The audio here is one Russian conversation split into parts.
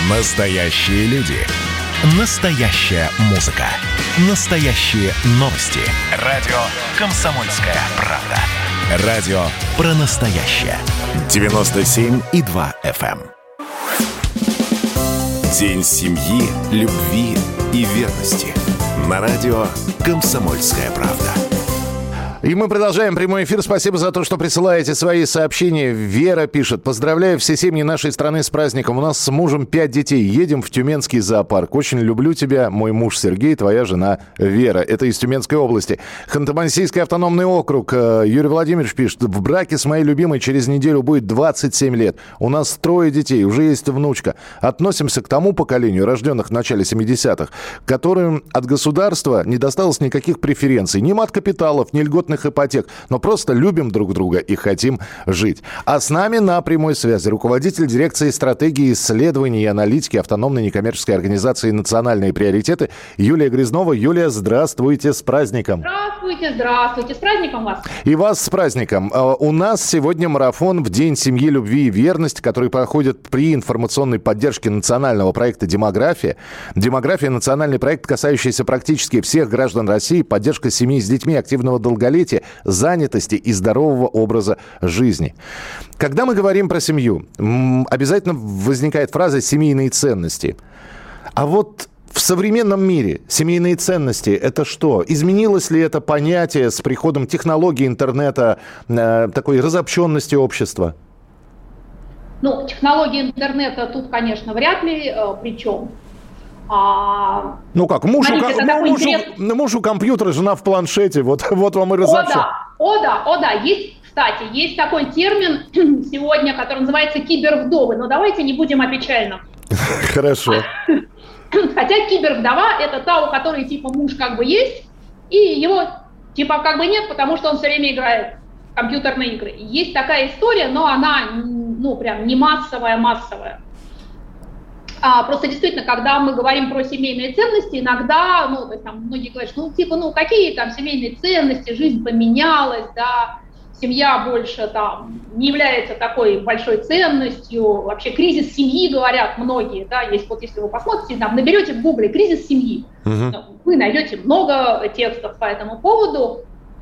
Настоящие люди. Настоящая музыка. Настоящие новости. Радио «Комсомольская правда». Радио про настоящее. 97,2 FM. День семьи, любви и верности. На радио «Комсомольская правда». И мы продолжаем прямой эфир. Спасибо за то, что присылаете свои сообщения. Вера пишет: поздравляю все семьи нашей страны с праздником. У нас с мужем 5 детей. Едем в Тюменский зоопарк. Очень люблю тебя, мой муж Сергей, твоя жена Вера. Это из Тюменской области. Ханты-Мансийский автономный округ. Юрий Владимирович пишет: в браке с моей любимой через неделю будет 27 лет. У нас 3 детей, уже есть внучка. Относимся к тому поколению, рожденных в начале 70-х, которым от государства не досталось никаких преференций. Ни мат-капиталов, ни льготных ипотек, но просто любим друг друга и хотим жить. А с нами на прямой связи руководитель дирекции стратегии исследований и аналитики автономной некоммерческой организации «Национальные приоритеты» Юлия Грязнова. Юлия, здравствуйте, с праздником. Здравствуйте, с праздником вас. И вас с праздником. У нас сегодня марафон в День семьи, любви и верности, который проходит при информационной поддержке национального проекта «Демография». «Демография» — национальный проект, касающийся практически всех граждан России, поддержка семьи с детьми, активного долголетия, занятости и здорового образа жизни. Когда мы говорим про семью, обязательно возникает фраза «семейные ценности». А вот в современном мире семейные ценности – это что? Изменилось ли это понятие с приходом технологий, интернета, такой разобщенности общества? Технологии интернета тут, конечно, вряд ли, причем. Мужу компьютер, жена в планшете, вот вам и разобщение. О да. Есть такой термин сегодня, который называется кибервдовы. Но давайте не будем о печальном. Хорошо. Хотя кибервдова – это та, у которой типа муж как бы есть, и его типа как бы нет, потому что он все время играет в компьютерные игры. Есть такая история, но она, прям не массовая. Просто действительно, когда мы говорим про семейные ценности, иногда, многие говорят, какие там семейные ценности, жизнь поменялась, да, семья больше там не является такой большой ценностью, вообще кризис семьи, говорят многие, да, если вы посмотрите, наберете в Гугле кризис семьи, вы найдете много текстов по этому поводу.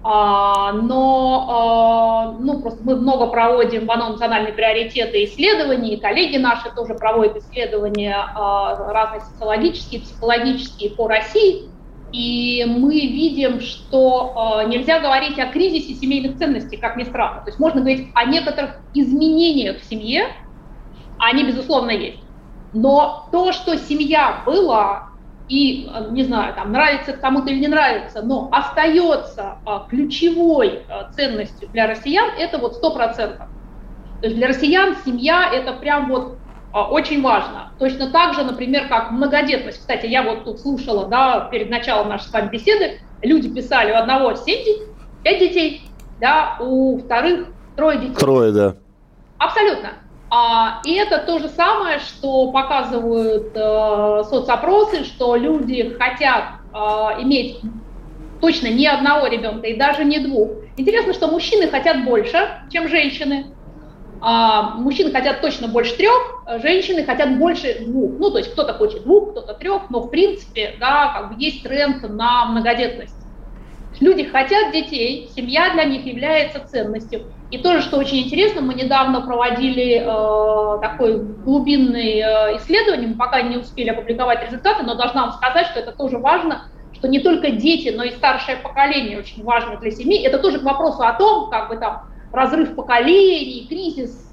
Просто мы много проводим в ОНО «Национальные приоритеты» исследований, коллеги наши тоже проводят исследования разные социологические, психологические по России, и мы видим, что нельзя говорить о кризисе семейных ценностей, как ни странно. То есть можно говорить о некоторых изменениях в семье, они, безусловно, есть. Но то, что семья была, и, нравится это кому-то или не нравится, но остается ключевой ценностью для россиян, это 100%. То есть для россиян семья – это прям очень важно. Точно так же, например, как многодетность. Кстати, я тут слушала, да, перед началом нашей с вами беседы, люди писали: у одного 5 детей, да, у вторых 3 детей. 3, да. Абсолютно. И это то же самое, что показывают соцопросы, что люди хотят иметь точно не одного ребенка и даже не 2. Интересно, что мужчины хотят больше, чем женщины. Мужчины хотят точно больше 3, женщины хотят больше 2. То есть кто-то хочет 2, кто-то 3, но в принципе, да, есть тренд на многодетность. Люди хотят детей, семья для них является ценностью. И тоже, что очень интересно, мы недавно проводили такое глубинное исследование, мы пока не успели опубликовать результаты, но должна вам сказать, что это тоже важно, что не только дети, но и старшее поколение очень важно для семьи. Это тоже к вопросу о том, разрыв поколений, кризис.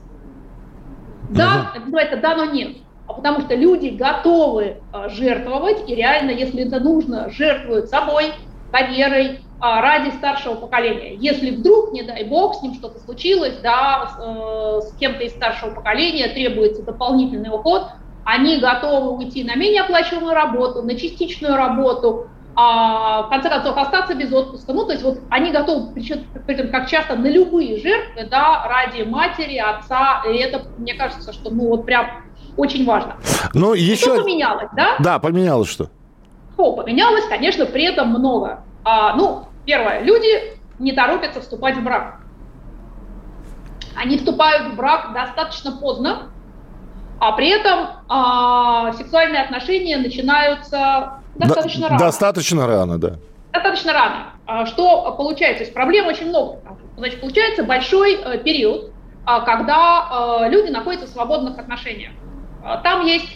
Да, это называется «да, но нет». Потому что люди готовы жертвовать, и реально, если это нужно, жертвуют собой, карьерой, ради старшего поколения. Если вдруг, не дай бог, с ним что-то случилось, да, с кем-то из старшего поколения требуется дополнительный уход, они готовы уйти на менее оплачиваемую работу, на частичную работу, в конце концов остаться без отпуска. То есть они готовы, причем как часто, на любые жертвы, да, ради матери, отца, и это, мне кажется, что прям очень важно. Еще... Что поменялось, да? Да, поменялось что? Поменялось, конечно, при этом много. Первое, люди не торопятся вступать в брак. Они вступают в брак достаточно поздно, А при этом сексуальные отношения начинаются достаточно рано. Достаточно рано, да. Достаточно рано. Что получается? То есть проблем очень много. Значит, получается большой период, когда люди находятся в свободных отношениях. Там есть,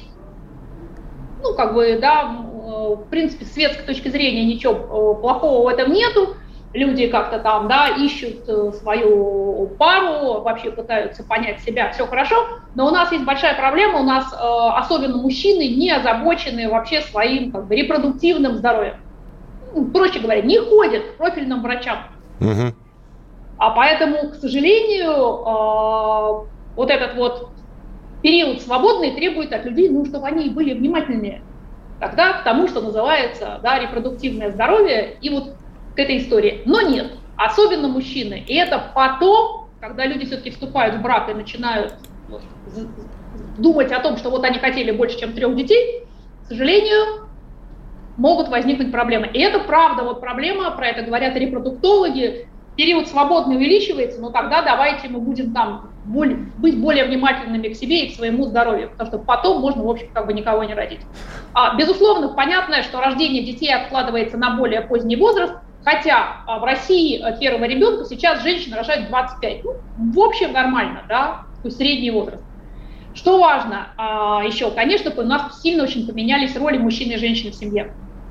в принципе, с светской точки зрения ничего плохого в этом нету. Люди как-то там, ищут свою пару, вообще пытаются понять себя, все хорошо. Но у нас есть большая проблема, у нас особенно мужчины не озабочены вообще своим репродуктивным здоровьем. Проще говоря, не ходят к профильным врачам. Угу. А поэтому, к сожалению, вот этот период свободный требует от людей, чтобы они были внимательнее тогда к тому, что называется репродуктивное здоровье и к этой истории. Но нет, особенно мужчины. И это потом, когда люди все-таки вступают в брак и начинают думать о том, что они хотели больше, чем 3 детей, к сожалению, могут возникнуть проблемы. И это правда проблема, про это говорят репродуктологи. Период свободный увеличивается, но тогда давайте мы будем быть более внимательными к себе и к своему здоровью, потому что потом можно, в общем, никого не родить. Безусловно, понятно, что рождение детей откладывается на более поздний возраст, хотя в России первого ребенка сейчас женщина рожает 25. В общем, нормально, то есть средний возраст. Что важно еще, конечно, у нас сильно очень поменялись роли мужчины и женщины в семье.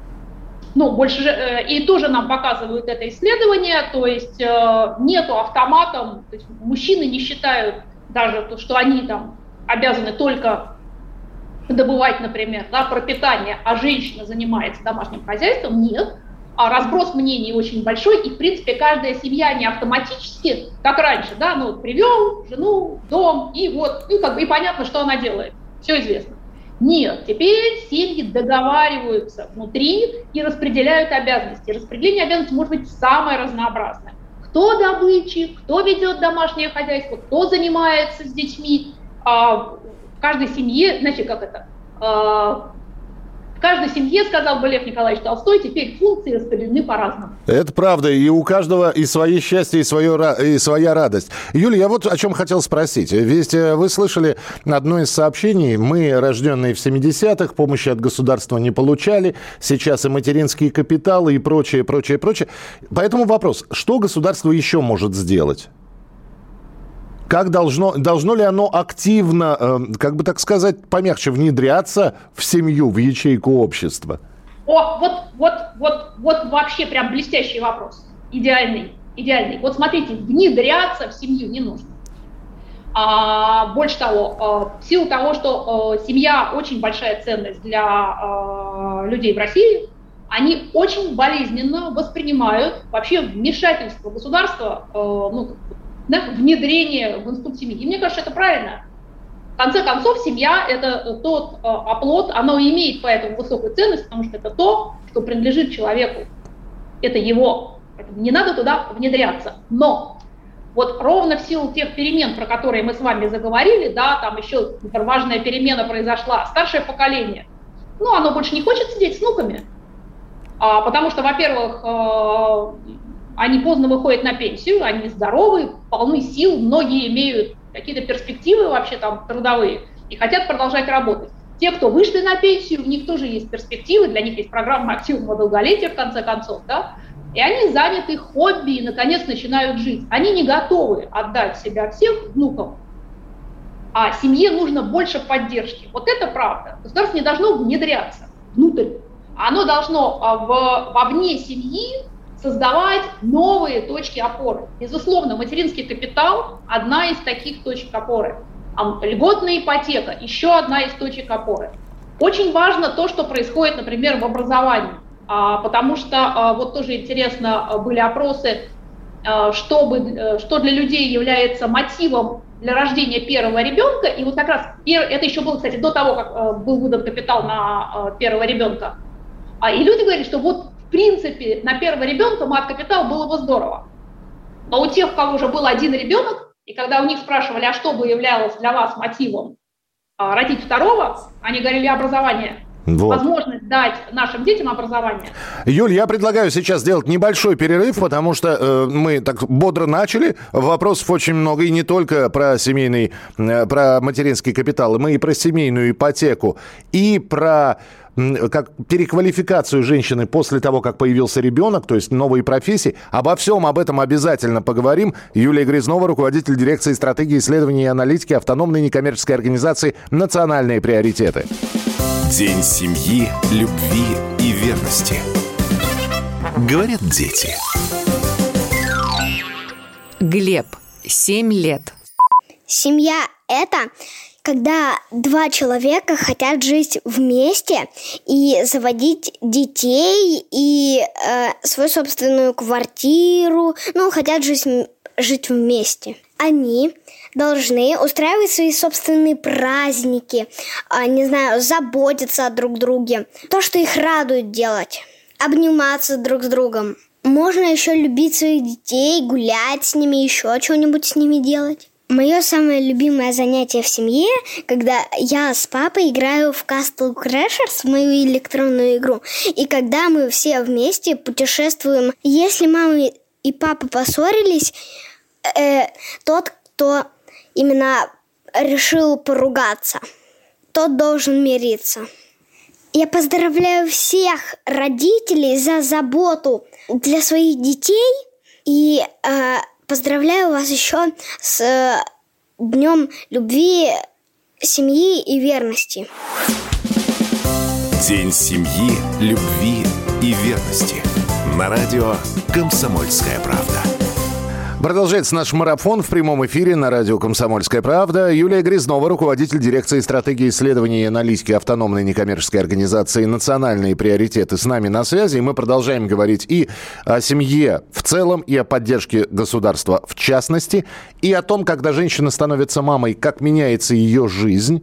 И тоже нам показывают это исследование, то есть нету автоматом, то есть мужчины не считают даже, что они обязаны только добывать, например, пропитание, а женщина занимается домашним хозяйством, нет. А разброс мнений очень большой, и, в принципе, каждая семья не автоматически, как раньше, привел жену, дом, и понятно, что она делает, все известно. Нет, теперь семьи договариваются внутри и распределяют обязанности. Распределение обязанностей может быть самое разнообразное. Кто добытчик, кто ведет домашнее хозяйство, кто занимается с детьми. В каждой семье, в каждой семье, сказал бы Лев Николаевич Толстой, теперь функции распределены по-разному. Это правда, и у каждого и свои счастья, и своя радость. Юля, я о чем хотел спросить. Ведь вы слышали одно из сообщений. Мы, рожденные в 70-х, помощи от государства не получали. Сейчас и материнские капиталы, и прочее. Поэтому вопрос, что государство еще может сделать? Как должно ли оно активно, помягче внедряться в семью, в ячейку общества? Вообще прям блестящий вопрос. Идеальный. Смотрите, внедряться в семью не нужно. Больше того, в силу того, что семья очень большая ценность для людей в России, они очень болезненно воспринимают вообще вмешательство государства, внедрение в институт семьи. И мне кажется, это правильно. В конце концов, семья – это тот оплот, оно имеет поэтому высокую ценность, потому что это то, что принадлежит человеку. Это его. Поэтому не надо туда внедряться. Но ровно в силу тех перемен, про которые мы с вами заговорили, там еще важная перемена произошла. Старшее поколение, оно больше не хочет сидеть с внуками, потому что, во-первых, они поздно выходят на пенсию, они здоровы, полны сил, многие имеют какие-то перспективы вообще трудовые и хотят продолжать работать. Те, кто вышли на пенсию, у них тоже есть перспективы, для них есть программа активного долголетия, в конце концов, и они заняты хобби и, наконец, начинают жить. Они не готовы отдать себя всех внукам, а семье нужно больше поддержки. Это правда. Государство не должно внедряться внутрь, оно должно вовне семьи создавать новые точки опоры. Безусловно, материнский капитал – одна из таких точек опоры. Льготная ипотека – еще одна из точек опоры. Очень важно то, что происходит, например, в образовании, потому что тоже интересно, были опросы, что для людей является мотивом для рождения первого ребенка. И как раз это еще было, кстати, до того, как был выдан капитал на первого ребенка. И люди говорили, что в принципе, на первого ребенка мат-капитал было бы здорово. Но у тех, у кого уже был один ребенок, и когда у них спрашивали, а что бы являлось для вас мотивом родить второго, они говорили образование. возможность дать нашим детям образование. Юль, я предлагаю сейчас сделать небольшой перерыв, потому что мы так бодро начали. Вопросов очень много, и не только про семейный, про материнский капитал. Мы и про семейную ипотеку, и про как переквалификацию женщины после того, как появился ребенок, то есть новые профессии. Обо всем об этом обязательно поговорим. Юлия Грязнова, руководитель дирекции стратегии исследований и аналитики автономной некоммерческой организации «Национальные приоритеты». День семьи, любви и верности. Говорят дети. Глеб, 7 лет. Семья – это когда два человека хотят жить вместе и заводить детей, и свою собственную квартиру, хотят жить вместе. Они должны устраивать свои собственные праздники, заботиться друг о друге. То, что их радует делать. Обниматься друг с другом. Можно еще любить своих детей, гулять с ними, еще что-нибудь с ними делать. Мое самое любимое занятие в семье, когда я с папой играю в Castle Crashers, мою электронную игру, и когда мы все вместе путешествуем. Если мама и папа поссорились, тот, кто именно решил поругаться, тот должен мириться. Я поздравляю всех родителей за заботу для своих детей и поздравляю вас еще с Днем любви, семьи и верности. День семьи, любви и верности. На радио «Комсомольская правда». Продолжается наш марафон в прямом эфире на радио «Комсомольская правда». Юлия Грязнова, руководитель дирекции стратегии исследований и аналитики автономной некоммерческой организации «Национальные приоритеты» с нами на связи. И мы продолжаем говорить и о семье в целом, и о поддержке государства в частности, и о том, когда женщина становится мамой, как меняется ее жизнь.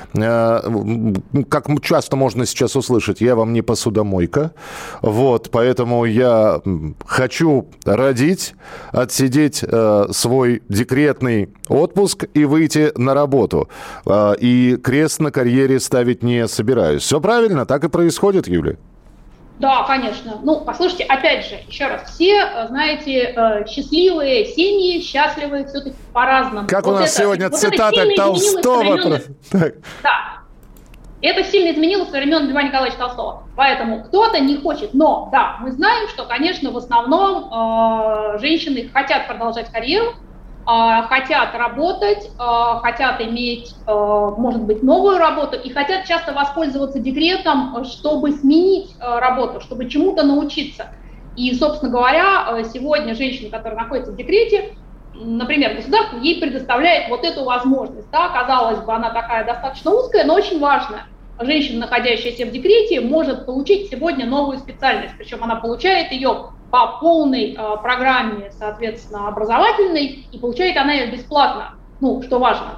Как часто можно сейчас услышать, я вам не посудомойка. Поэтому я хочу родить, отсидеть свой декретный отпуск и выйти на работу. И крест на карьере ставить не собираюсь. Все правильно? Так и происходит, Юлия? Да, конечно. Послушайте, опять же, еще раз, все, знаете, счастливые семьи, счастливые все-таки по-разному. Как у нас сегодня цитата Толстого. Да, это сильно изменилось со времен Льва Николаевича Толстого. Поэтому кто-то не хочет. Но, да, мы знаем, что, конечно, в основном женщины хотят продолжать карьеру, хотят работать, хотят иметь, может быть, новую работу и хотят часто воспользоваться декретом, чтобы сменить работу, чтобы чему-то научиться. И, собственно говоря, сегодня женщина, которая находится в декрете, например, государство ей предоставляет вот эту возможность. Да, казалось бы, она такая достаточно узкая, но очень важная. Женщина, находящаяся в декрете, может получить сегодня новую специальность, причем она получает ее по полной программе, соответственно, образовательной, и получает она ее бесплатно, что важно.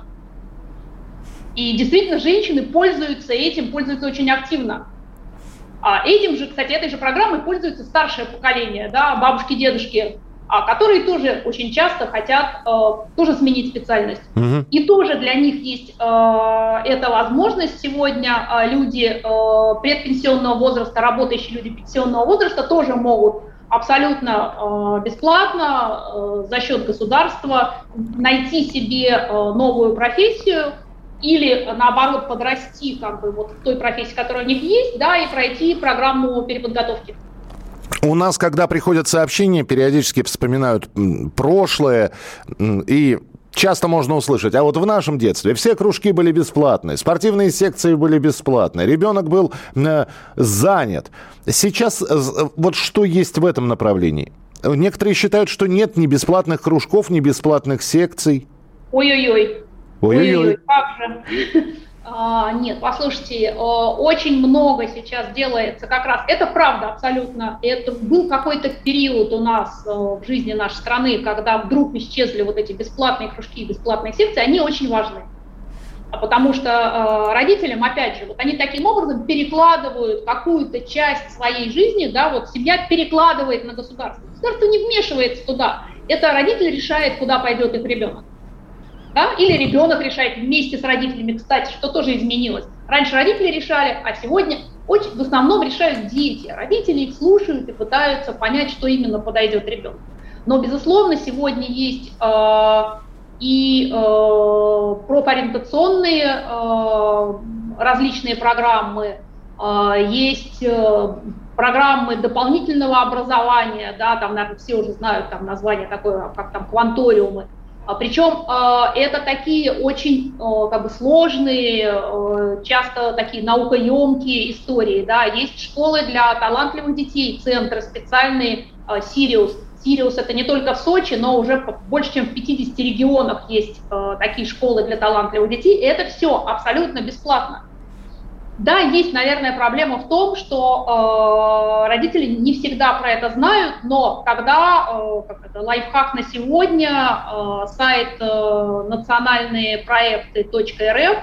И действительно, женщины пользуются этим, пользуются очень активно. Этим же, кстати, этой же программой пользуется старшее поколение, да, бабушки, дедушки, которые тоже очень часто хотят тоже сменить специальность. Угу. И тоже для них есть эта возможность. Сегодня люди предпенсионного возраста, работающие люди пенсионного возраста тоже могут абсолютно бесплатно за счет государства найти себе новую профессию или, наоборот, подрасти в той профессии, которая у них есть, да, и пройти программу переподготовки. У нас, когда приходят сообщения, периодически вспоминают прошлое, и часто можно услышать, а вот в нашем детстве все кружки были бесплатные, спортивные секции были бесплатные, ребенок был занят. Сейчас вот что есть в этом направлении? Некоторые считают, что нет ни бесплатных кружков, ни бесплатных секций. Ой-ой-ой, как же... Нет, послушайте, очень много сейчас делается как раз, это правда абсолютно, это был какой-то период у нас в жизни нашей страны, когда вдруг исчезли вот эти бесплатные кружки и бесплатные секции, они очень важны, потому что родителям, опять же, они таким образом перекладывают какую-то часть своей жизни, да, семья перекладывает на государство, государство не вмешивается туда, это родитель решает, куда пойдет их ребенок. Да? Или ребенок решает вместе с родителями, кстати, что тоже изменилось. Раньше родители решали, а сегодня в основном решают дети. Родители их слушают и пытаются понять, что именно подойдет ребенку. Но, безусловно, сегодня есть и профориентационные различные программы, есть программы дополнительного образования, да, там, наверное, все уже знают там название такое, как там кванториумы. Причем это такие очень как бы сложные, часто такие наукоемкие истории. Да. Есть школы для талантливых детей, центры специальные, Сириус. Сириус это не только в Сочи, но уже больше, чем в 50 регионах есть такие школы для талантливых детей. И это все абсолютно бесплатно. Да, есть, наверное, проблема в том, что родители не всегда про это знают, но когда, лайфхак на сегодня, сайт национальныепроекты.рф,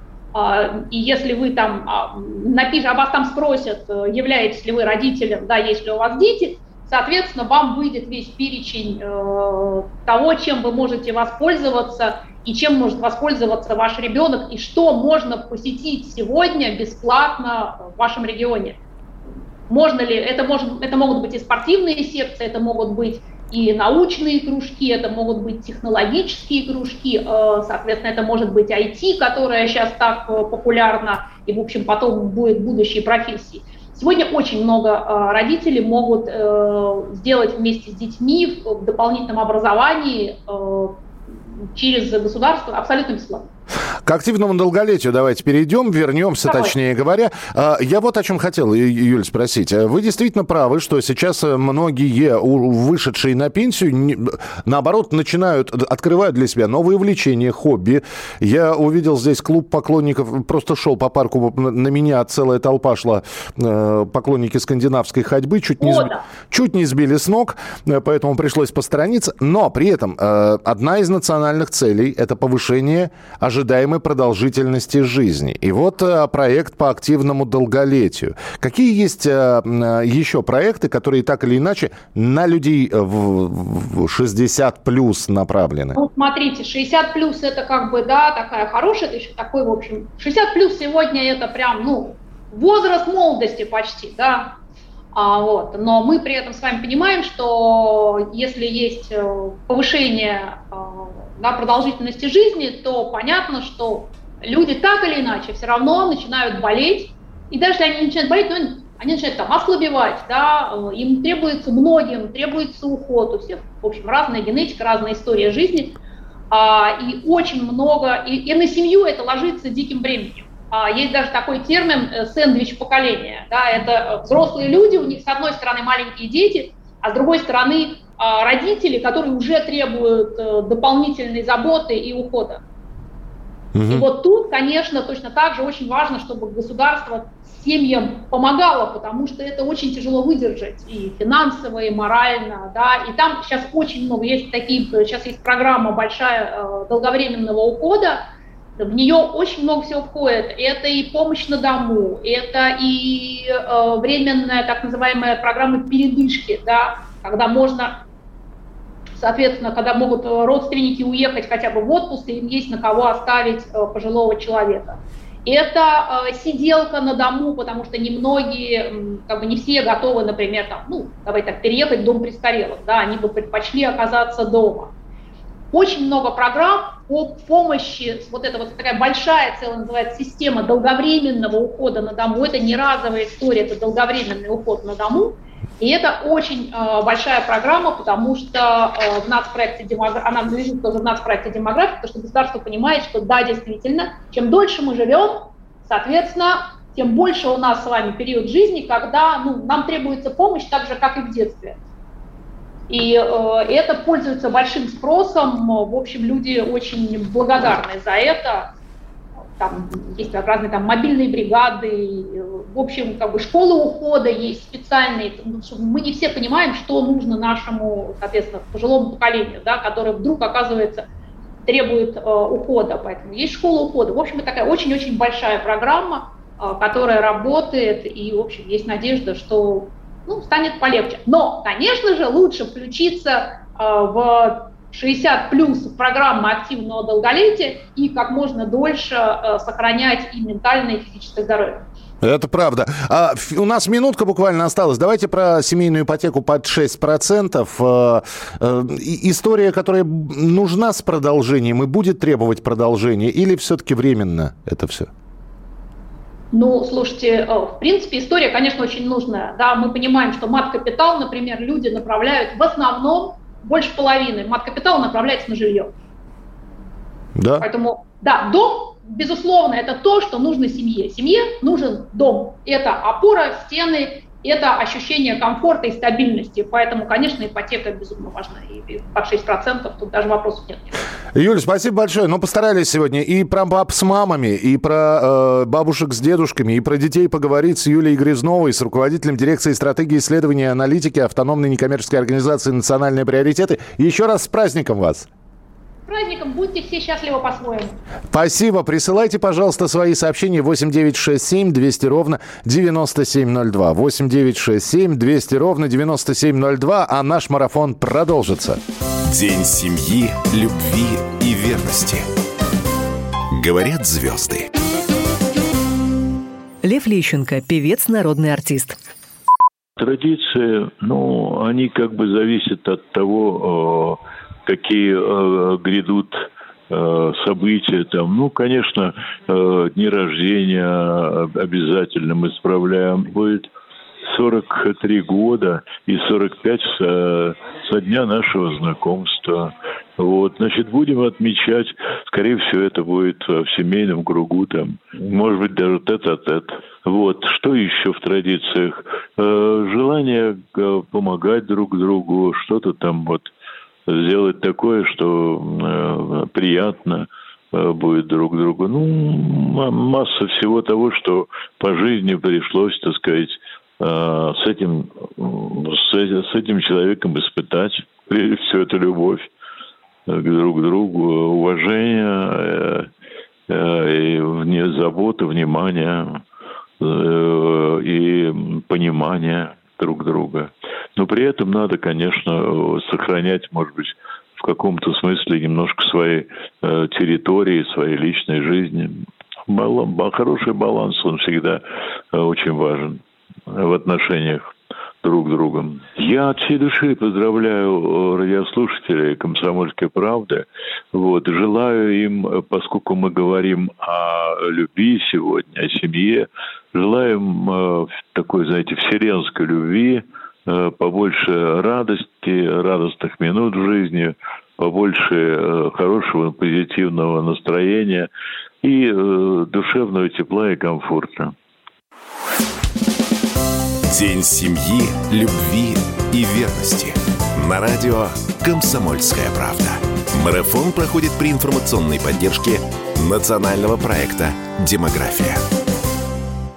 и если вы там напишете, вас там спросят, являетесь ли вы родителем, да, есть ли у вас дети, соответственно, вам выйдет весь перечень того, чем вы можете воспользоваться, и чем может воспользоваться ваш ребенок, и что можно посетить сегодня бесплатно в вашем регионе. Можно ли, это могут быть и спортивные секции, это могут быть и научные кружки, это могут быть технологические кружки, соответственно, это может быть IT, которая сейчас так популярна, и, в общем, потом будет будущей профессией. Сегодня очень много родителей могут сделать вместе с детьми в дополнительном образовании через государство абсолютно бесплатно. К активному долголетию давайте перейдем, вернемся, точнее говоря. Я вот о чем хотел, Юль, спросить. Вы действительно правы, что сейчас многие, вышедшие на пенсию, наоборот, открывают для себя новые увлечения, хобби. Я увидел здесь клуб поклонников, просто шел по парку, на меня целая толпа шла, поклонники скандинавской ходьбы, чуть не сбили с ног, поэтому пришлось посторониться. Но при этом одна из национальных целей – это повышение ожидаемой продолжительности жизни. И вот проект по активному долголетию. Какие есть еще проекты, которые так или иначе на людей в 60 плюс направлены? Ну, смотрите, 60 плюс это как бы, да, такая хорошая, это еще такой, в общем, 60 плюс сегодня это прям, возраст молодости почти, да. Но мы при этом с вами понимаем, что если есть повышение продолжительности жизни, то понятно, что люди так или иначе все равно начинают болеть. И даже если они начинают болеть, они начинают ослабевать, да, многим требуется уход. У всех, в общем, разная генетика, разная история жизни. И очень много, и на семью это ложится диким бременем. Есть даже такой термин сэндвич поколения. Да, это взрослые люди, у них с одной стороны маленькие дети, а с другой стороны родители, которые уже требуют дополнительной заботы и ухода. И вот тут, конечно, точно так же очень важно, чтобы государство семьям помогало, потому что это очень тяжело выдержать и финансово, и морально, да, и там сейчас очень много, сейчас есть программа большая долговременного ухода, в нее очень много всего входит. Это и помощь на дому, это и временная так называемая программа передышки, да, когда можно, соответственно, когда могут родственники уехать хотя бы в отпуск, и им есть на кого оставить пожилого человека. Это сиделка на дому, потому что немногие, не все готовы, например, переехать в дом престарелых, да, они бы предпочли оказаться дома. Очень много программ по помощи, это такая большая целая называется система долговременного ухода на дому. Это не разовая история, это долговременный уход на дому. И это очень большая программа, потому что в нацпроекте она лежит тоже в нацпроекте демографии, потому что государство понимает, что да, действительно, чем дольше мы живем, соответственно, тем больше у нас с вами период жизни, когда нам требуется помощь так же, как и в детстве. И это пользуется большим спросом, в общем, люди очень благодарны за это. Там есть разные мобильные бригады, в общем, школы ухода есть специальные. Мы не все понимаем, что нужно нашему, соответственно, пожилому поколению, да, которое вдруг, оказывается, требует ухода. Поэтому есть школа ухода. В общем, это такая очень-очень большая программа, которая работает, и, в общем, есть надежда, что станет полегче. Но, конечно же, лучше включиться в 60 плюс программы активного долголетия и как можно дольше сохранять и ментальное, и физическое здоровье. Это правда. У нас минутка буквально осталась. Давайте про семейную ипотеку под 6%. История, которая нужна с продолжением и будет требовать продолжения, или все-таки временно это все? Ну, слушайте, в принципе, история, конечно, очень нужная. Да, мы понимаем, что мат-капитал, например, люди направляют в основном, больше половины мат-капитала направляется на жилье. Да. Поэтому, да, дом, безусловно, это то, что нужно семье. Семье нужен дом. Это опора, стены, это ощущение комфорта и стабильности. Поэтому, конечно, ипотека безумно важна. И под 6% тут даже вопросов нет. Юль, спасибо большое. Ну, постарались сегодня и про баб с мамами, и про бабушек с дедушками, и про детей поговорить с Юлией Грязновой, с руководителем дирекции стратегии исследований и аналитики автономной некоммерческой организации «Национальные приоритеты». Еще раз с праздником вас! С праздником, будьте все счастливы по-своему. Спасибо. Присылайте, пожалуйста, свои сообщения 8 200 ровно 9702. 8 200 ровно 9702, а наш марафон продолжится. День семьи, любви и верности. Говорят звезды. Лев Лещенко, певец, народный артист. Традиции, они как бы зависят от того, какие грядут события там. Конечно, дни рождения обязательно мы справляем. Будет 43 года и 45 со дня нашего знакомства. Будем отмечать, скорее всего, это будет в семейном кругу, там, может быть, даже тет-а-тет. Что еще в традициях? Желание помогать друг другу, что-то там сделать такое, что приятно будет друг другу. Масса всего того, что по жизни пришлось, так сказать, с этим человеком испытать. Прежде всего, это любовь друг к другу, уважение, и забота, внимание и понимание друг друга. Но при этом надо, конечно, сохранять, может быть, в каком-то смысле немножко своей территории, своей личной жизни. Хороший баланс, он всегда очень важен в отношениях друг с другом. Я от всей души поздравляю радиослушателей «Комсомольской правды». Желаю им, поскольку мы говорим о любви сегодня, о семье, желаем такой, вселенской любви, побольше радости, радостных минут в жизни, побольше хорошего, позитивного настроения и душевного тепла и комфорта. День семьи, любви и верности. На радио «Комсомольская правда». Марафон проходит при информационной поддержке национального проекта «Демография».